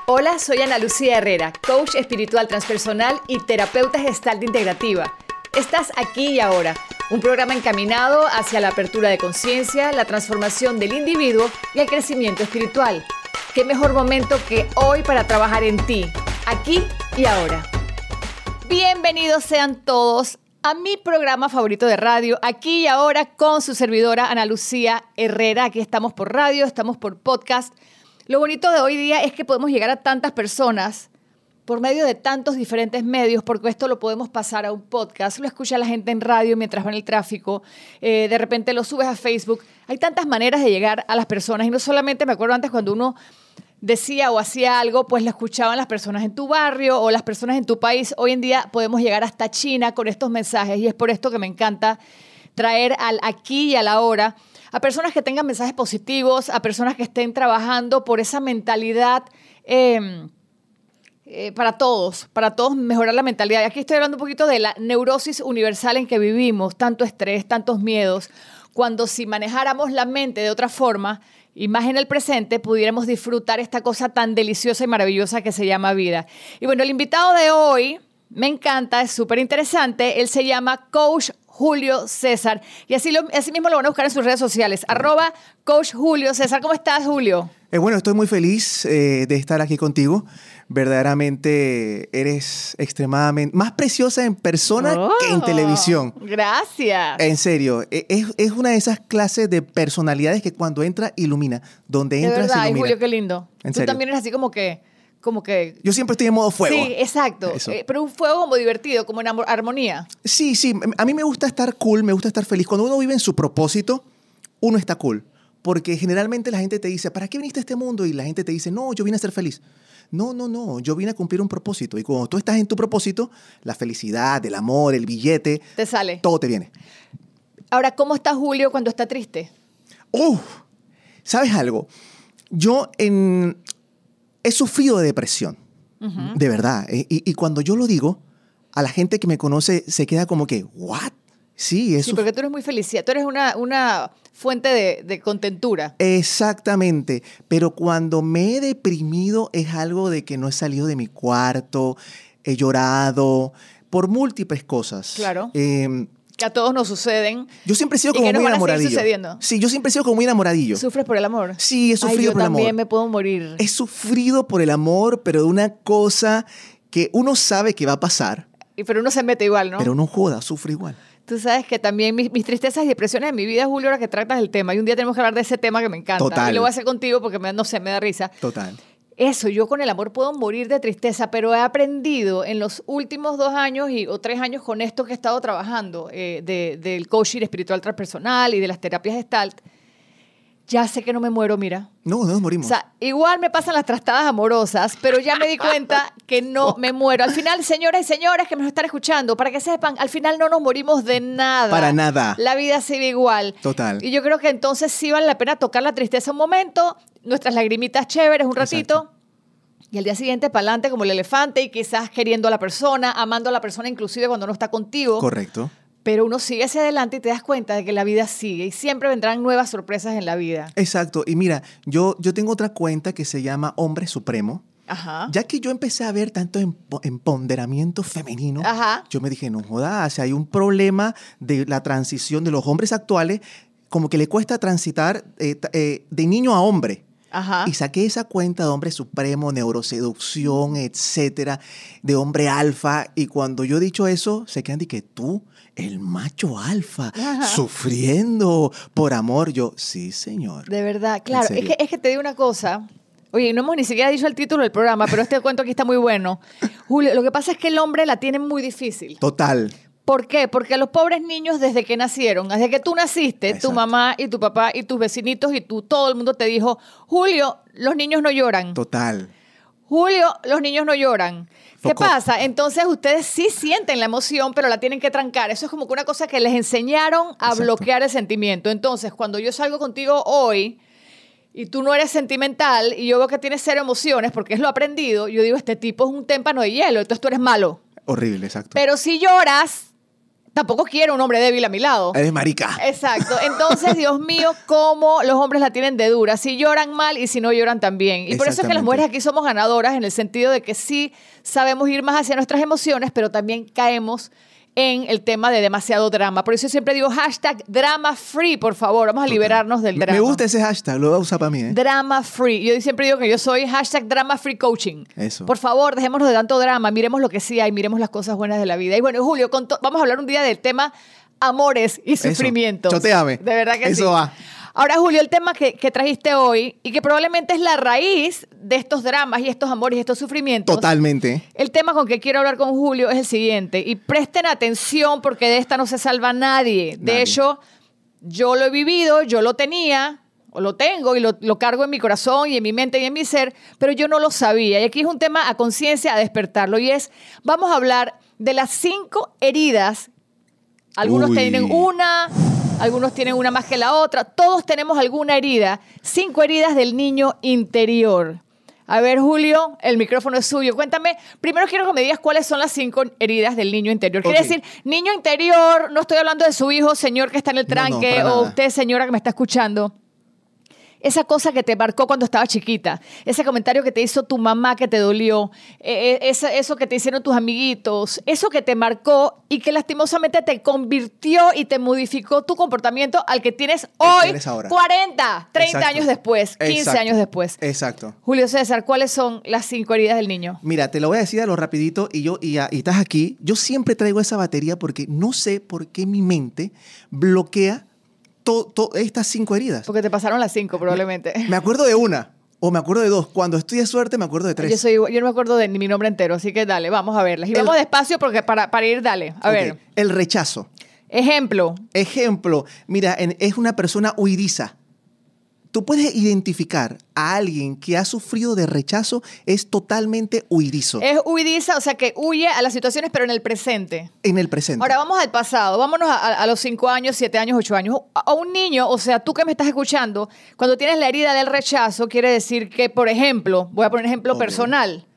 Hola, soy Ana Lucía Herrera, coach espiritual transpersonal y terapeuta gestalt integrativa. Estás aquí y ahora, un programa encaminado hacia la apertura de conciencia, la transformación del individuo y el crecimiento espiritual. ¿Qué mejor momento que hoy para trabajar en ti, aquí y ahora? Bienvenidos sean todos a mi programa favorito de radio, aquí y ahora, con su servidora Ana Lucía Herrera. Aquí estamos por radio, estamos por podcast. Lo bonito de hoy día es que podemos llegar a tantas personas por medio de tantos diferentes medios, porque esto lo podemos pasar a un podcast, lo escucha la gente en radio mientras va en el tráfico, de repente lo subes a Facebook. Hay tantas maneras de llegar a las personas y no solamente, me acuerdo antes cuando uno decía o hacía algo, pues lo escuchaban las personas en tu barrio o las personas en tu país. Hoy en día podemos llegar hasta China con estos mensajes y es por esto que me encanta traer al aquí y a la hora a personas que tengan mensajes positivos, a personas que estén trabajando por esa mentalidad para todos mejorar la mentalidad. Aquí estoy hablando un poquito de la neurosis universal en que vivimos, tanto estrés, tantos miedos, cuando si manejáramos la mente de otra forma y más en el presente, pudiéramos disfrutar esta cosa tan deliciosa y maravillosa que se llama vida. Y bueno, el invitado de hoy me encanta, es súper interesante. Él se llama Coach Julio César. Y así mismo lo van a buscar en sus redes sociales. @Coach Julio César. ¿Cómo estás, Julio? Bueno, estoy muy feliz de estar aquí contigo. Verdaderamente eres extremadamente más preciosa en persona que en televisión. Gracias. En serio, es una de esas clases de personalidades que cuando entra, ilumina. Donde entras, de verdad, ilumina. Julio, qué lindo. ¿En Tú serio? también eres así como que... Yo siempre estoy en modo fuego. Sí, exacto. Pero un fuego como divertido, como en armonía. Sí. A mí me gusta estar cool, me gusta estar feliz. Cuando uno vive en su propósito, uno está cool. Porque generalmente la gente te dice, ¿para qué viniste a este mundo? Y la gente te dice, no, yo vine a ser feliz. No, yo vine a cumplir un propósito. Y cuando tú estás en tu propósito, la felicidad, el amor, el billete, te sale. Todo te viene. Ahora, ¿cómo está Julio cuando está triste? ¿Sabes algo? Yo he sufrido de depresión, de verdad. Y cuando yo lo digo, a la gente que me conoce se queda como que, ¿what? Sí, eso. Sí, porque tú eres muy feliz. Tú eres una fuente de contentura. Exactamente. Pero cuando me he deprimido es algo de que no he salido de mi cuarto, he llorado por múltiples cosas. Claro. Que a todos nos suceden. Yo siempre he sido como muy enamoradillo. Sí, yo siempre he sido como muy enamoradillo. ¿Sufres por el amor? Sí, he sufrido por el amor. Yo también me puedo morir. He sufrido por el amor, pero de una cosa que uno sabe que va a pasar. Pero uno se mete igual, ¿no? Pero no joda, sufre igual. Tú sabes que también mis tristezas y depresiones en mi vida, Julio, ahora que tratas el tema. Y un día tenemos que hablar de ese tema que me encanta. Total. Y lo voy a hacer contigo porque, me da risa. Total. Eso, yo con el amor puedo morir de tristeza, pero he aprendido en los últimos 2 años o 3 años con esto que he estado trabajando, del coaching espiritual transpersonal y de las terapias Gestalt. Ya sé que no me muero, mira. No nos morimos. O sea, igual me pasan las trastadas amorosas, pero ya me di cuenta que no me muero. Al final, señoras y señores que me están escuchando, para que sepan, al final no nos morimos de nada. Para nada. La vida sigue igual. Total. Y yo creo que entonces sí vale la pena tocar la tristeza un momento, nuestras lagrimitas chéveres un ratito. Exacto. Y al día siguiente para adelante como el elefante y quizás queriendo a la persona, amando a la persona inclusive cuando no está contigo. Correcto. Pero uno sigue hacia adelante y te das cuenta de que la vida sigue y siempre vendrán nuevas sorpresas en la vida. Exacto. Y mira, yo tengo otra cuenta que se llama Hombre Supremo. Ajá. Ya que yo empecé a ver tanto empoderamiento femenino, Ajá. Yo me dije, no jodas, hay un problema de la transición de los hombres actuales, como que le cuesta transitar de niño a hombre. Ajá. Y saqué esa cuenta de Hombre Supremo, neuroseducción, etcétera, de hombre alfa. Y cuando yo he dicho eso, se quedan de que tú, el macho alfa, sufriendo por amor. Yo, sí, señor. De verdad, claro. Es que te digo una cosa. Oye, no hemos ni siquiera dicho el título del programa, pero este cuento aquí está muy bueno. Julio, lo que pasa es que el hombre la tiene muy difícil. Total. ¿Por qué? Porque los pobres niños desde que nacieron, desde que tú naciste, Exacto. Tu mamá y tu papá y tus vecinitos y todo el mundo te dijo, Julio, los niños no lloran. Total. Julio, los niños no lloran. ¿Qué Foco. pasa? Entonces ustedes sí sienten la emoción, pero la tienen que trancar. Eso es como que una cosa que les enseñaron a Exacto. bloquear el sentimiento. Entonces, cuando yo salgo contigo hoy y tú no eres sentimental y yo veo que tienes 0 emociones porque es lo aprendido, yo digo, este tipo es un témpano de hielo, entonces tú eres malo. Horrible, exacto. Pero si lloras, tampoco quiero un hombre débil a mi lado. Eres marica. Exacto. Entonces, Dios mío, cómo los hombres la tienen de dura. Si lloran mal y si no lloran también. Y por eso es que las mujeres aquí somos ganadoras en el sentido de que sí sabemos ir más hacia nuestras emociones, pero también caemos en el tema de demasiado drama. Por eso siempre digo hashtag drama free, por favor. Vamos a liberarnos del drama. Me gusta ese hashtag, lo voy a usar para mí. Drama free. Yo siempre digo que yo soy hashtag drama free coaching. Eso. Por favor, dejémonos de tanto drama, miremos lo que sí hay, miremos las cosas buenas de la vida. Y bueno, Julio, vamos a hablar un día del tema amores y sufrimientos. Chotéame. De verdad que sí. Eso va. Ahora, Julio, el tema que trajiste hoy y que probablemente es la raíz de estos dramas y estos amores y estos sufrimientos. Totalmente. El tema con que quiero hablar con Julio es el siguiente. Y presten atención porque de esta no se salva nadie. De hecho, yo lo he vivido, yo lo tenía, o lo tengo y lo cargo en mi corazón y en mi mente y en mi ser, pero yo no lo sabía. Y aquí es un tema a conciencia, a despertarlo. Y vamos a hablar de las 5 heridas. Algunos tienen una, algunos tienen una más que la otra. Todos tenemos alguna herida. 5 heridas del niño interior. A ver, Julio, el micrófono es suyo. Cuéntame, primero quiero que me digas cuáles son las 5 heridas del niño interior. Quiere decir, niño interior, no estoy hablando de su hijo, señor que está en el tranque, o usted, señora que me está escuchando. Esa cosa que te marcó cuando estaba chiquita, ese comentario que te hizo tu mamá que te dolió, eso que te hicieron tus amiguitos, eso que te marcó y que lastimosamente te convirtió y te modificó tu comportamiento al que tienes hoy, 40, 30 años después, 15 años después. Exacto. Julio César, ¿cuáles son las 5 heridas del niño? Mira, te lo voy a decir a lo rapidito y estás aquí. Yo siempre traigo esa batería porque no sé por qué mi mente bloquea estas 5 heridas. Porque te pasaron las 5 probablemente. Me acuerdo de una o me acuerdo de 2. Cuando estoy de suerte me acuerdo de 3. Yo no me acuerdo de ni mi nombre entero, así que dale, vamos a verlas. Y vamos despacio porque para ir, dale. A ver. El rechazo. Ejemplo. Mira, es una persona huidiza. Tú puedes identificar a alguien que ha sufrido de rechazo, es totalmente huidizo. Es huidiza, o sea que huye a las situaciones, pero en el presente. En el presente. Ahora vamos al pasado, vámonos a los 5 años, 7 años, 8 años. A un niño, o sea, tú que me estás escuchando, cuando tienes la herida del rechazo, quiere decir que, por ejemplo, voy a poner un ejemplo personal.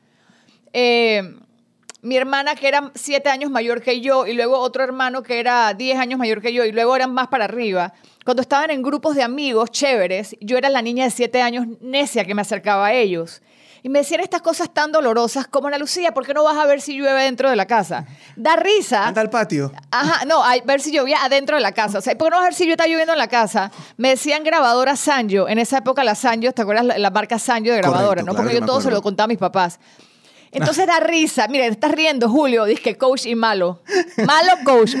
Mi hermana que era 7 años mayor que yo y luego otro hermano que era 10 años mayor que yo y luego eran más para arriba. Cuando estaban en grupos de amigos chéveres, yo era la niña de 7 años necia que me acercaba a ellos. Y me decían estas cosas tan dolorosas como, Ana Lucía, ¿por qué no vas a ver si llueve dentro de la casa? Da risa. Anda al patio. Ajá, no, a ver si llovía adentro de la casa. O sea, ¿por qué no vas a ver si está lloviendo en la casa? Me decían grabadora Sanyo. En esa época la Sanyo, ¿te acuerdas la marca Sanyo de grabadora? Correcto, ¿no? claro, Porque yo todo se lo contaba a mis papás. Entonces da risa. Mira, estás riendo, Julio. Dice que coach y malo. Malo coach.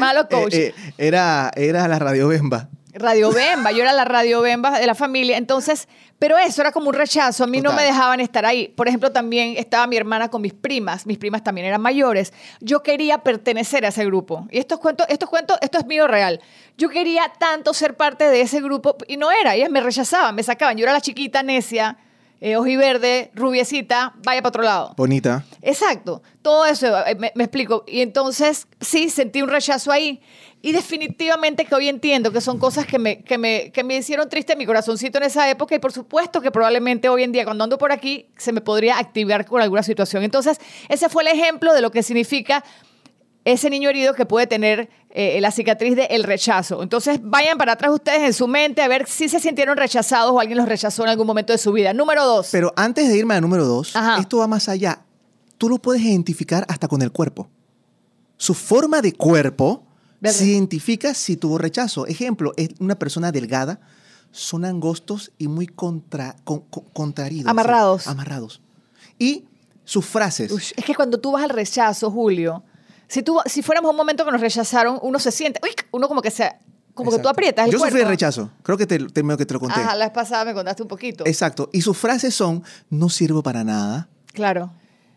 Era la Radio Bemba. Radio Bemba, yo era la Radio Bemba de la familia, entonces, pero eso era como un rechazo, a mí no me dejaban estar ahí. Por ejemplo, también estaba mi hermana con mis primas también eran mayores. Yo quería pertenecer a ese grupo. Y esto es mío real. Yo quería tanto ser parte de ese grupo y no era, ellas me rechazaban, me sacaban. Yo era la chiquita necia, ojiverde, rubiecita, vaya para otro lado. Bonita. Exacto, todo eso, me explico. Y entonces, sí, sentí un rechazo ahí. Y definitivamente que hoy entiendo que son cosas que me hicieron triste mi corazoncito en esa época y por supuesto que probablemente hoy en día cuando ando por aquí se me podría activar con alguna situación. Entonces, ese fue el ejemplo de lo que significa ese niño herido que puede tener la cicatriz del rechazo. Entonces, vayan para atrás ustedes en su mente a ver si se sintieron rechazados o alguien los rechazó en algún momento de su vida. Número 2. Pero antes de irme a número 2, esto va más allá. Tú lo puedes identificar hasta con el cuerpo. Su forma de cuerpo se identifica si tuvo rechazo. Ejemplo, es una persona delgada, son angostos y muy contraídos. Amarrados. ¿Sí? Amarrados. Y sus frases. Uy, es que cuando tú vas al rechazo, Julio, si fuéramos a un momento que nos rechazaron, uno se siente, uno como que como que tú aprietas el cuerpo. Yo sufrí rechazo. Creo que te lo conté. Ajá, la vez pasada me contaste un poquito. Exacto. Y sus frases son, no sirvo para nada. Claro.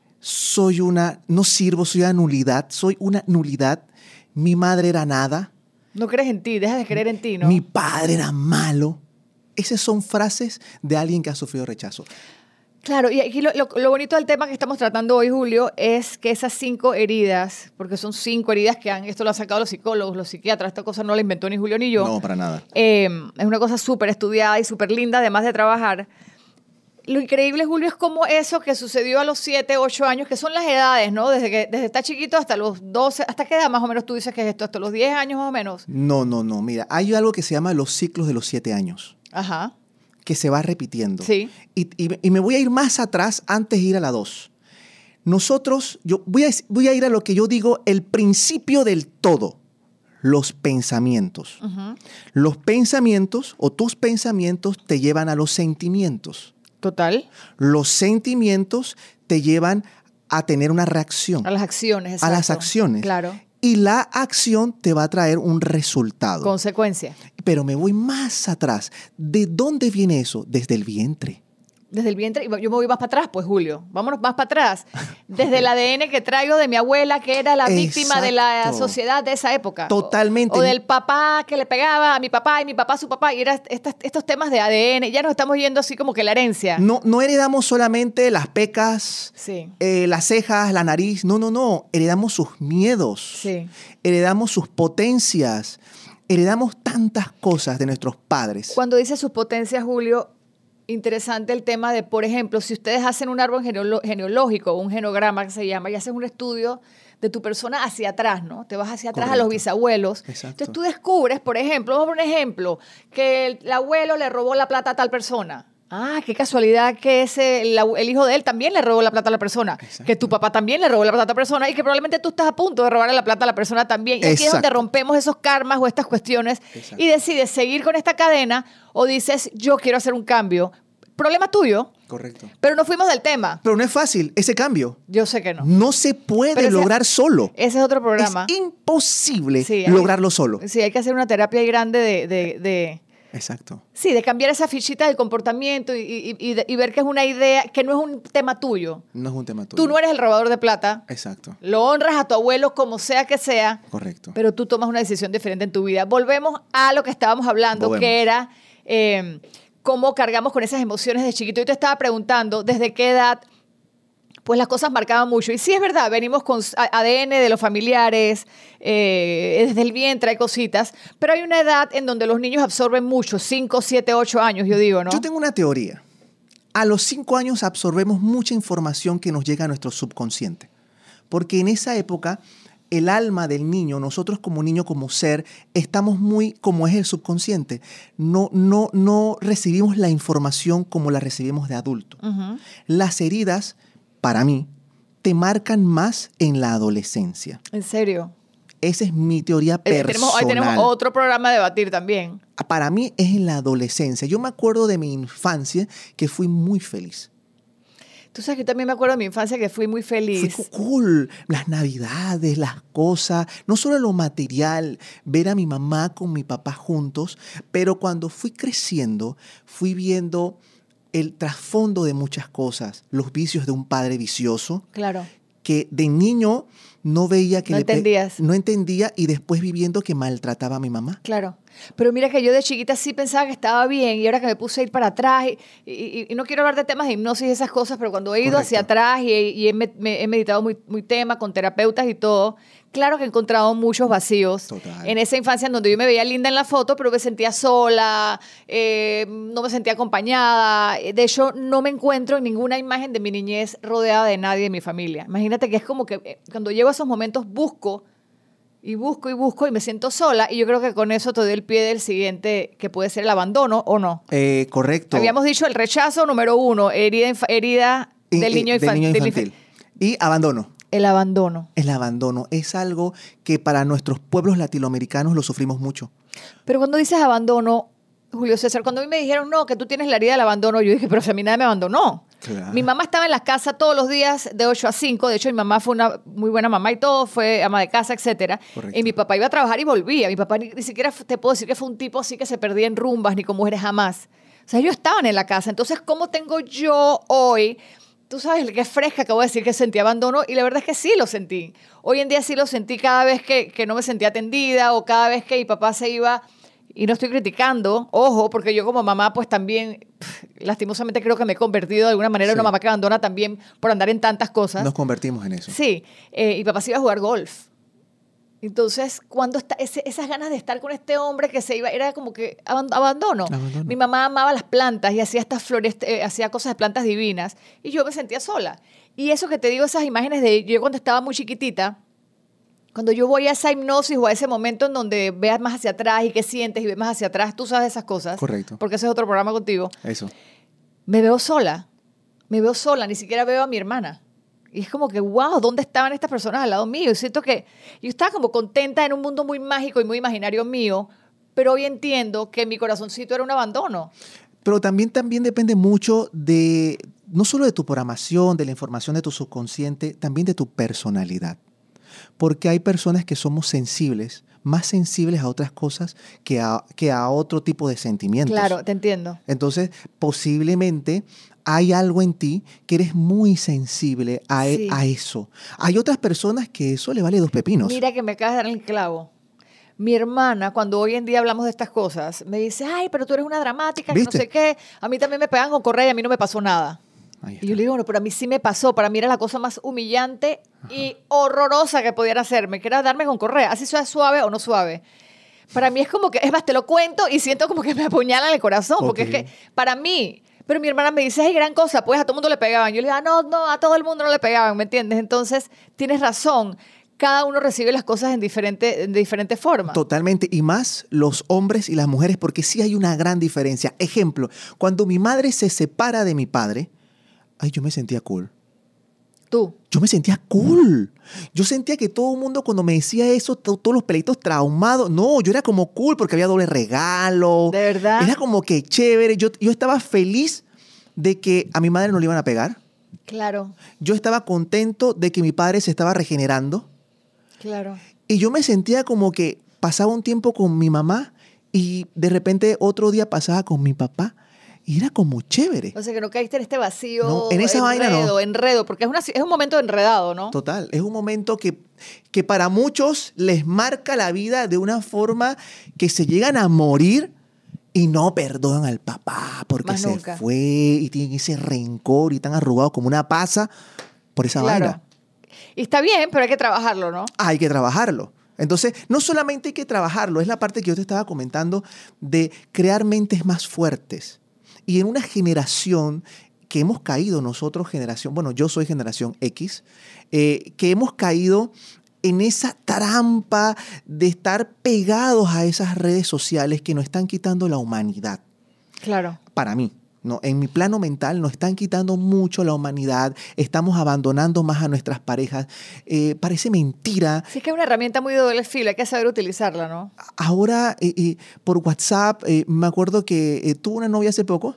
No sirvo, soy una nulidad. Mi madre era nada. No crees en ti, dejas de creer en ti, ¿no? Mi padre era malo. Esas son frases de alguien que ha sufrido rechazo. Claro, y aquí lo bonito del tema que estamos tratando hoy, Julio, es que esas 5 heridas, porque son 5 heridas esto lo han sacado los psicólogos, los psiquiatras, esta cosa no la inventó ni Julio ni yo. No, para nada. Es una cosa súper estudiada y súper linda, además de trabajar. lo increíble, Julio, es como eso que sucedió a los 7, 8 años, que son las edades, ¿no? Desde estar chiquito hasta los 12, ¿hasta qué edad más o menos tú dices que es esto? ¿Hasta los 10 años más o menos? No. Mira, hay algo que se llama los ciclos de los 7 años. Ajá. Que se va repitiendo. Sí. Y me voy a ir más atrás antes de ir a la 2. Yo voy a ir a lo que yo digo, el principio del todo. Los pensamientos. Uh-huh. Los pensamientos o tus pensamientos te llevan a los sentimientos. Total. Los sentimientos te llevan a tener una reacción. A las acciones, exacto. A las acciones. Claro. Y la acción te va a traer un resultado. Consecuencia. Pero me voy más atrás. ¿De dónde viene eso? Desde el vientre. Desde el vientre, yo me voy más para atrás, pues, Julio. Vámonos más para atrás. Desde el ADN que traigo de mi abuela, que era la víctima de la sociedad de esa época. Totalmente. O del papá que le pegaba a mi papá y mi papá a su papá. Y eran estos temas de ADN. Ya nos estamos yendo así como que la herencia. No heredamos solamente las pecas, sí. Las cejas, la nariz. No. Heredamos sus miedos. Sí. Heredamos sus potencias. Heredamos tantas cosas de nuestros padres. Cuando dice sus potencias, Julio, interesante el tema de, por ejemplo, si ustedes hacen un árbol genealógico, un genograma que se llama, y haces un estudio de tu persona hacia atrás, ¿no? Te vas hacia atrás. Correcto. A los bisabuelos. Exacto. Entonces tú descubres, por ejemplo, vamos a poner un ejemplo, que el abuelo le robó la plata a tal persona. Ah, qué casualidad que el hijo de él también le robó la plata a la persona. Exacto. Que tu papá también le robó la plata a la persona y que probablemente tú estás a punto de robarle la plata a la persona también. Y aquí es donde rompemos esos karmas o estas cuestiones. Exacto. Y decides seguir con esta cadena o dices, yo quiero hacer un cambio. Problema tuyo. Correcto. Pero no fuimos del tema. Pero no es fácil ese cambio. Yo sé que no. No se puede lograr solo. Ese es otro programa. Es imposible lograrlo solo. Sí, hay que hacer una terapia ahí grande de Exacto. Sí, de cambiar esa fichita del comportamiento y ver que es una idea, que no es un tema tuyo. No es un tema tuyo. Tú no eres el robador de plata. Exacto. Lo honras a tu abuelo como sea que sea. Correcto. Pero tú tomas una decisión diferente en tu vida. Volvemos a lo que estábamos hablando, que era cómo cargamos con esas emociones de chiquito. Yo te estaba preguntando, ¿desde qué edad? Pues las cosas marcaban mucho. Y sí es verdad, venimos con ADN de los familiares, desde el vientre hay cositas, pero hay una edad en donde los niños absorben mucho, 5, 7, 8 años, yo digo, ¿no? Yo tengo una teoría. A los 5 años absorbemos mucha información que nos llega a nuestro subconsciente. Porque en esa época, el alma del niño, nosotros como niño, como ser, estamos muy como es el subconsciente. No recibimos la información como la recibimos de adulto. Uh-huh. Las heridas, para mí, te marcan más en la adolescencia. ¿En serio? Esa es mi teoría personal. Ahí tenemos otro programa a debatir también. Para mí es en la adolescencia. Yo me acuerdo de mi infancia que fui muy feliz. Tú sabes que yo también me acuerdo de mi infancia que fui muy feliz. Fue cool. Las navidades, las cosas, no solo lo material, ver a mi mamá con mi papá juntos, pero cuando fui creciendo, fui viendo el trasfondo de muchas cosas, los vicios de un padre vicioso. Claro. Que de niño no veía que... No entendías. No entendía y después viviendo que maltrataba a mi mamá. Claro. Pero mira que yo de chiquita sí pensaba que estaba bien y ahora que me puse a ir para atrás y no quiero hablar de temas de hipnosis y esas cosas, pero cuando he ido hacia atrás y he meditado muy tema con terapeutas y todo, claro que he encontrado muchos vacíos. Total. En esa infancia en donde yo me veía linda en la foto, pero me sentía sola, no me sentía acompañada. De hecho, no me encuentro en ninguna imagen de mi niñez rodeada de nadie de mi familia. Imagínate que es como que cuando llego a esos momentos busco y me siento sola y yo creo que con eso te doy el pie del siguiente, que puede ser el abandono o no. Correcto. Habíamos dicho el rechazo número 1, herida del niño infantil. Y abandono. El abandono. El abandono es algo que para nuestros pueblos latinoamericanos lo sufrimos mucho. Pero cuando dices abandono, Julio César, cuando a mí me dijeron, no, que tú tienes la herida del abandono, yo dije, pero si a mí nadie me abandonó. Claro. Mi mamá estaba en la casa todos los días de 8 a 5. De hecho, mi mamá fue una muy buena mamá y todo, fue ama de casa, etcétera. Correcto. Y mi papá iba a trabajar y volvía. Mi papá ni siquiera te puedo decir que fue un tipo así que se perdía en rumbas ni con mujeres jamás. O sea, ellos estaban en la casa. Entonces, ¿cómo tengo yo hoy? Tú sabes qué fresca acabo de decir que sentí abandono y la verdad es que sí lo sentí. Hoy en día sí lo sentí cada vez que no me sentía atendida o cada vez que mi papá se iba. Y no estoy criticando, ojo, porque yo como mamá pues también, lastimosamente creo que me he convertido de alguna manera en una mamá que abandona también por andar en tantas cosas. Nos convertimos en eso. Sí, y papá se iba a jugar golf. Entonces, cuando esas ganas de estar con este hombre que se iba, era como que abandono. Mi mamá amaba las plantas y hacía estas flores, hacía cosas de plantas divinas y yo me sentía sola. Y eso que te digo, esas imágenes de yo cuando estaba muy chiquitita, cuando yo voy a esa hipnosis o a ese momento en donde veas más hacia atrás y que sientes y ves más hacia atrás, tú sabes esas cosas. Correcto. Porque ese es otro programa contigo. Eso. Me veo sola, ni siquiera veo a mi hermana. Y es como que, wow, ¿dónde estaban estas personas al lado mío? Y siento que yo estaba como contenta en un mundo muy mágico y muy imaginario mío, pero hoy entiendo que mi corazoncito era un abandono. Pero también depende mucho de, no solo de tu programación, de la información de tu subconsciente, también de tu personalidad. Porque hay personas que somos sensibles, más sensibles a otras cosas que a otro tipo de sentimientos. Claro, te entiendo. Entonces, posiblemente hay algo en ti que eres muy sensible a eso. Hay otras personas que eso le vale dos pepinos. Mira que me acabas de dar el clavo. Mi hermana, cuando hoy en día hablamos de estas cosas, me dice, ay, pero tú eres una dramática, que no sé qué. A mí también me pegan con correa y a mí no me pasó nada. Y yo le digo, bueno, pero a mí sí me pasó. Para mí era la cosa más humillante y horrorosa que pudiera hacerme, que era darme con correa, así sea suave o no suave. Para mí es como que, es más, te lo cuento y siento como que me apuñalan el corazón, porque es que para mí... Pero mi hermana me dice, ay, gran cosa, pues a todo el mundo le pegaban. Yo le digo, no, a todo el mundo no le pegaban, ¿me entiendes? Entonces, tienes razón. Cada uno recibe las cosas de diferente forma. Totalmente. Y más los hombres y las mujeres, porque sí hay una gran diferencia. Ejemplo, cuando mi madre se separa de mi padre, ay, yo me sentía cool. ¿Tú? Yo me sentía cool. Yo sentía que todo el mundo cuando me decía eso, todos los pelitos traumados, no, yo era como cool porque había doble regalo. ¿De verdad? Era como que chévere. Yo estaba feliz de que a mi madre no le iban a pegar. Claro. Yo estaba contento de que mi padre se estaba regenerando. Claro. Y yo me sentía como que pasaba un tiempo con mi mamá y de repente otro día pasaba con mi papá. Y era como chévere. O sea, que no caíste en este vacío, no, en esa enredo, porque es un momento enredado, ¿no? Total, es un momento que para muchos les marca la vida de una forma que se llegan a morir y no perdonan al papá porque se fue y tienen ese rencor y están arrugados como una pasa por esa vaina. Y está bien, pero hay que trabajarlo, ¿no? Hay que trabajarlo. Entonces, no solamente hay que trabajarlo, es la parte que yo te estaba comentando de crear mentes más fuertes. Y en una generación que hemos caído nosotros, bueno, yo soy generación X, que hemos caído en esa trampa de estar pegados a esas redes sociales que nos están quitando la humanidad. Claro. Para mí, ¿no? En mi plano mental nos están quitando mucho la humanidad, estamos abandonando más a nuestras parejas. Parece mentira. Sí, es que es una herramienta muy de doble filo, hay que saber utilizarla, ¿no? Ahora, por WhatsApp, me acuerdo que tuve una novia hace poco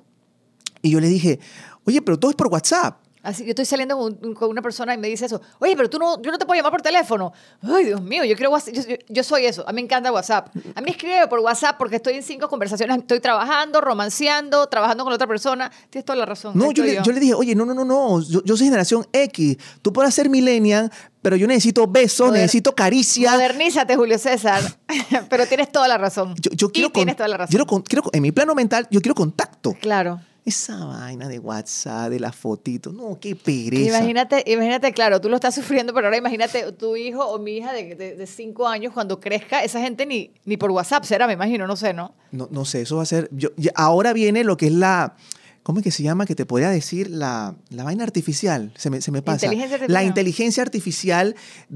y yo le dije, oye, pero todo es por WhatsApp. Así, yo estoy saliendo con una persona y me dice eso. Oye, pero yo no te puedo llamar por teléfono. Ay, Dios mío, yo quiero WhatsApp. Yo soy eso. A mí me encanta WhatsApp. A mí escribe por WhatsApp porque estoy en 5 conversaciones. Estoy trabajando, romanceando, trabajando con otra persona. Tienes toda la razón. No, yo le dije, oye, no. Yo soy generación X. Tú podrás ser millennial, pero yo necesito besos, necesito caricia. Modernízate, Julio César. Pero tienes toda la razón. Tienes toda la razón. En mi plano mental, yo quiero contacto. Claro. Esa vaina de WhatsApp, de las fotitos, no, qué pereza. Imagínate, claro, tú lo estás sufriendo, pero ahora imagínate tu hijo o mi hija de 5 años cuando crezca, esa gente ni por WhatsApp será, me imagino, no sé, ¿no? No sé, eso va a ser... ahora viene lo que es la... ¿Cómo es que se llama? Que te podría decir la vaina artificial. Se me pasa. La inteligencia artificial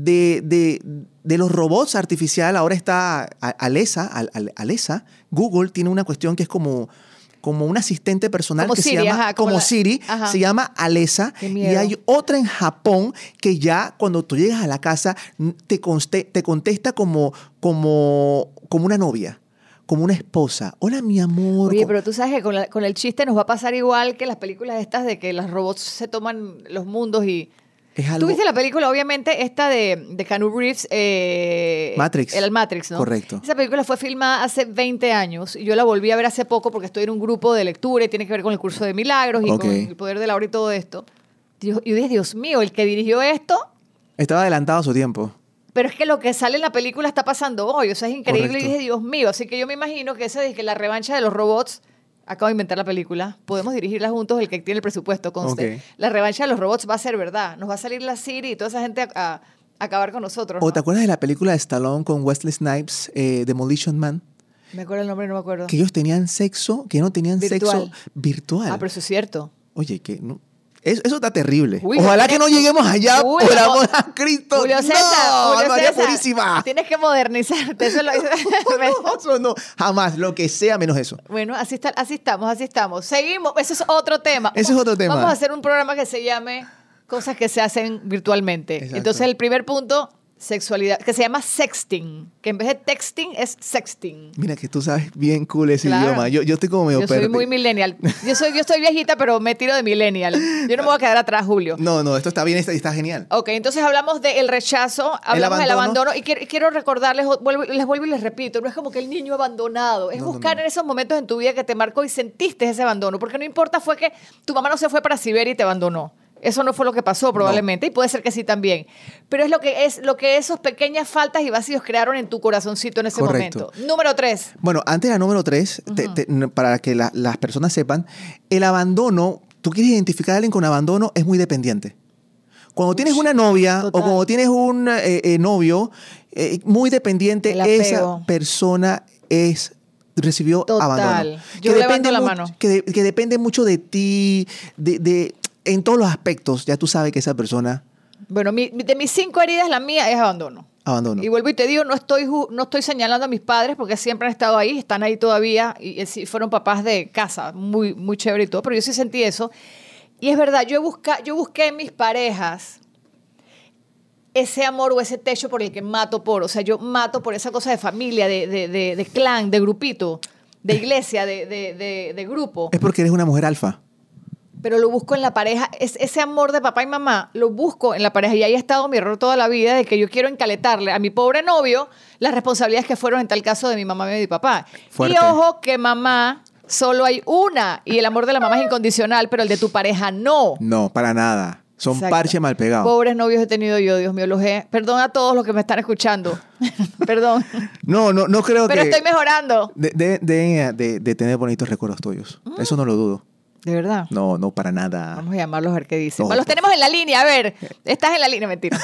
de los robots artificial. Ahora está Alexa. Google tiene una cuestión que es como un asistente personal como que Siri, se llama Siri, se llama Alexa. Y hay otra en Japón que ya cuando tú llegas a la casa te contesta como una novia, como una esposa. Hola, mi amor. Oye, pero tú sabes que con el chiste nos va a pasar igual que las películas estas de que los robots se toman los mundos y... ¿Tú viste la película, obviamente, esta de Keanu Reeves? Matrix. El Matrix, ¿no? Correcto. Esa película fue filmada hace 20 años y yo la volví a ver hace poco porque estoy en un grupo de lectura y tiene que ver con el curso de milagros y con el poder de la hora y todo esto. Yo dije, Dios mío, el que dirigió esto... Estaba adelantado a su tiempo. Pero es que lo que sale en la película está pasando hoy. O sea, es increíble. Correcto. Y dije, Dios mío. Así que yo me imagino que que la revancha de los robots... Acabo de inventar la película. Podemos dirigirla juntos, el que tiene el presupuesto, conste. Okay. La revancha de los robots va a ser verdad. Nos va a salir la Siri y toda esa gente a acabar con nosotros. ¿O ¿no? te acuerdas de la película de Stallone con Wesley Snipes, Demolition Man? Me acuerdo el nombre, no me acuerdo. Que ellos tenían sexo, que no tenían Virtual. sexo virtual. Ah, pero eso es cierto. Oye, que no, eso está terrible. Uy, Ojalá que no lleguemos allá Julio, por amor a Cristo. Julio César, no, Julio María César, Purísima. tienes que modernizarte. Eso lo No, eso no, jamás, lo que sea menos eso. Bueno, así estamos. Seguimos, ese es otro tema. Ese es otro tema. Vamos a hacer un programa que se llame Cosas que se hacen virtualmente. Exacto. Entonces, el primer punto, sexualidad, que se llama sexting, que en vez de texting es sexting. Mira que tú sabes bien cool ese Claro. idioma. Yo estoy como medio Yo soy perdido. muy millennial. Yo soy viejita, pero me tiro de millennial. Yo no me voy a quedar atrás, Julio. No, esto está bien, está genial. Ok, entonces hablamos del rechazo, hablamos del abandono y quiero recordarles, les vuelvo y les repito, no es como que el niño abandonado, es buscar en esos momentos en tu vida que te marcó y sentiste ese abandono, porque no importa fue que tu mamá no se fue para Siberia y te abandonó. Eso no fue lo que pasó probablemente, y puede ser que sí también. Pero es lo que esas pequeñas faltas y vacíos crearon en tu corazoncito en ese Correcto. momento. Número 3. Bueno, antes de la número 3, para que las personas sepan, el abandono, tú quieres identificar a alguien con abandono, es muy dependiente. Cuando tienes una novia total. o cuando tienes un novio muy dependiente, El apego. esa persona recibió Total. abandono. Yo levanto la mano. Que depende mucho de ti, en todos los aspectos. Ya tú sabes que esa persona Bueno, de mis 5 heridas, la mía es abandono. abandonó. Y vuelvo y te digo, no estoy señalando a mis padres porque siempre han estado ahí, están ahí todavía y sí, fueron papás de casa, muy, muy chévere y todo, pero yo sí sentí eso. Y es verdad, yo busqué en mis parejas ese amor o ese techo por el que o sea, yo mato por esa cosa de familia, de clan, de grupito, de iglesia, de grupo. Es porque eres una mujer alfa. Pero lo busco en la pareja, ese amor de papá y mamá, lo busco en la pareja. Y ahí ha estado mi error toda la vida de que yo quiero encaletarle a mi pobre novio las responsabilidades que fueron en tal caso de mi mamá y de mi papá. Fuerte. Y ojo que mamá solo hay una y el amor de la mamá es incondicional, pero el de tu pareja no. No, para nada. Son Exacto. parche mal pegados. Pobres novios he tenido yo, Dios mío, Perdón a todos los que me están escuchando. Perdón. No creo Pero que... estoy mejorando. Deben de tener bonitos recuerdos tuyos. Eso no lo dudo. De verdad. No, para nada. Vamos a llamarlos a ver qué dicen. No, Los tenemos en la línea, a ver. Estás en la línea, mentira.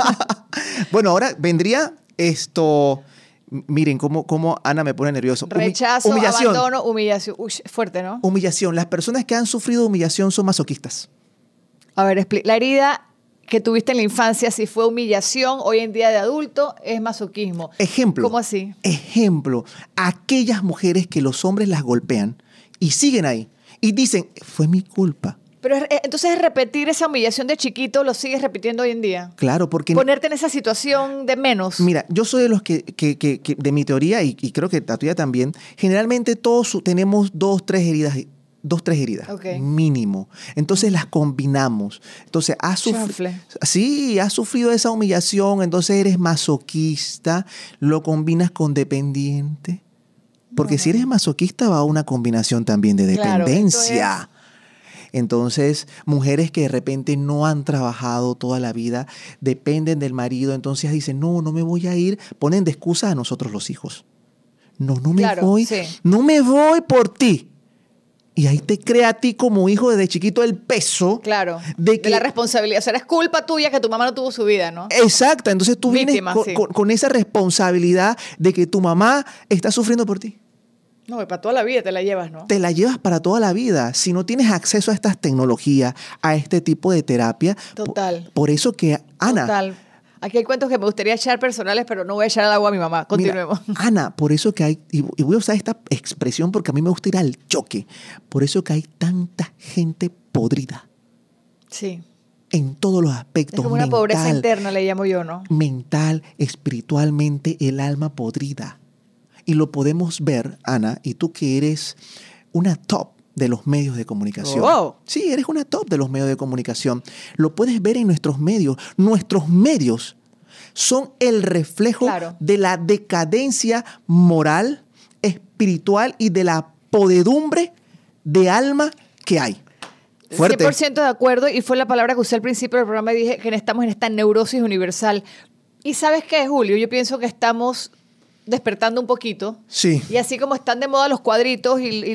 Bueno, ahora vendría esto... Miren cómo Ana me pone nervioso. Rechazo, humillación. abandono, humillación. Uy, fuerte, ¿no? Humillación. Las personas que han sufrido humillación son masoquistas. A ver, la herida que tuviste en la infancia, si fue humillación, hoy en día de adulto, es masoquismo. Ejemplo. ¿Cómo así? Ejemplo. Aquellas mujeres que los hombres las golpean y siguen ahí y dicen, fue mi culpa. Pero entonces repetir esa humillación de chiquito lo sigues repitiendo hoy en día. Claro, porque... Ponerte en esa situación de menos. Mira, yo soy de los que de mi teoría, y creo que la tuya también, generalmente todos tenemos dos, tres heridas, Ok. mínimo. Entonces las combinamos. Entonces, Chanfle. has sufrido esa humillación, entonces eres masoquista, lo combinas con dependiente. Porque si eres masoquista va a una combinación también de Claro, dependencia. Entonces, mujeres que de repente no han trabajado toda la vida, dependen del marido, entonces dicen, no me voy a ir, ponen de excusa a nosotros los hijos. No me Claro, voy, sí. no me voy por ti. Y ahí te crea a ti como hijo desde chiquito el peso. Claro. De que, la responsabilidad. O sea, es culpa tuya que tu mamá no tuvo su vida, ¿no? Exacto. Entonces tú Víctima, vienes sí. con esa responsabilidad de que tu mamá está sufriendo por ti. No, para toda la vida te la llevas, ¿no? Te la llevas para toda la vida. Si no tienes acceso a estas tecnologías, a este tipo de terapia. Total. Por eso que, Ana... Total. Aquí hay cuentos que me gustaría echar personales, pero no voy a echar al agua a mi mamá. Continuemos. Mira, Ana, por eso que hay, y voy a usar esta expresión porque a mí me gusta ir al choque, por eso que hay tanta gente podrida Sí. en todos los aspectos. Es como una pobreza interna, le llamo yo, ¿no? Mental, espiritualmente, el alma podrida. Y lo podemos ver, Ana, y tú que eres una top de los medios de comunicación. Wow. Sí, eres una top de los medios de comunicación. Lo puedes ver en nuestros medios. Nuestros medios son el reflejo Claro. de la decadencia moral, espiritual y de la podedumbre de alma que hay. Fuerte. 100% de acuerdo, y fue la palabra que usé al principio del programa y dije que estamos en esta neurosis universal. ¿Y sabes qué, Julio? Yo pienso que estamos despertando un poquito. Sí. Y así como están de moda los cuadritos y los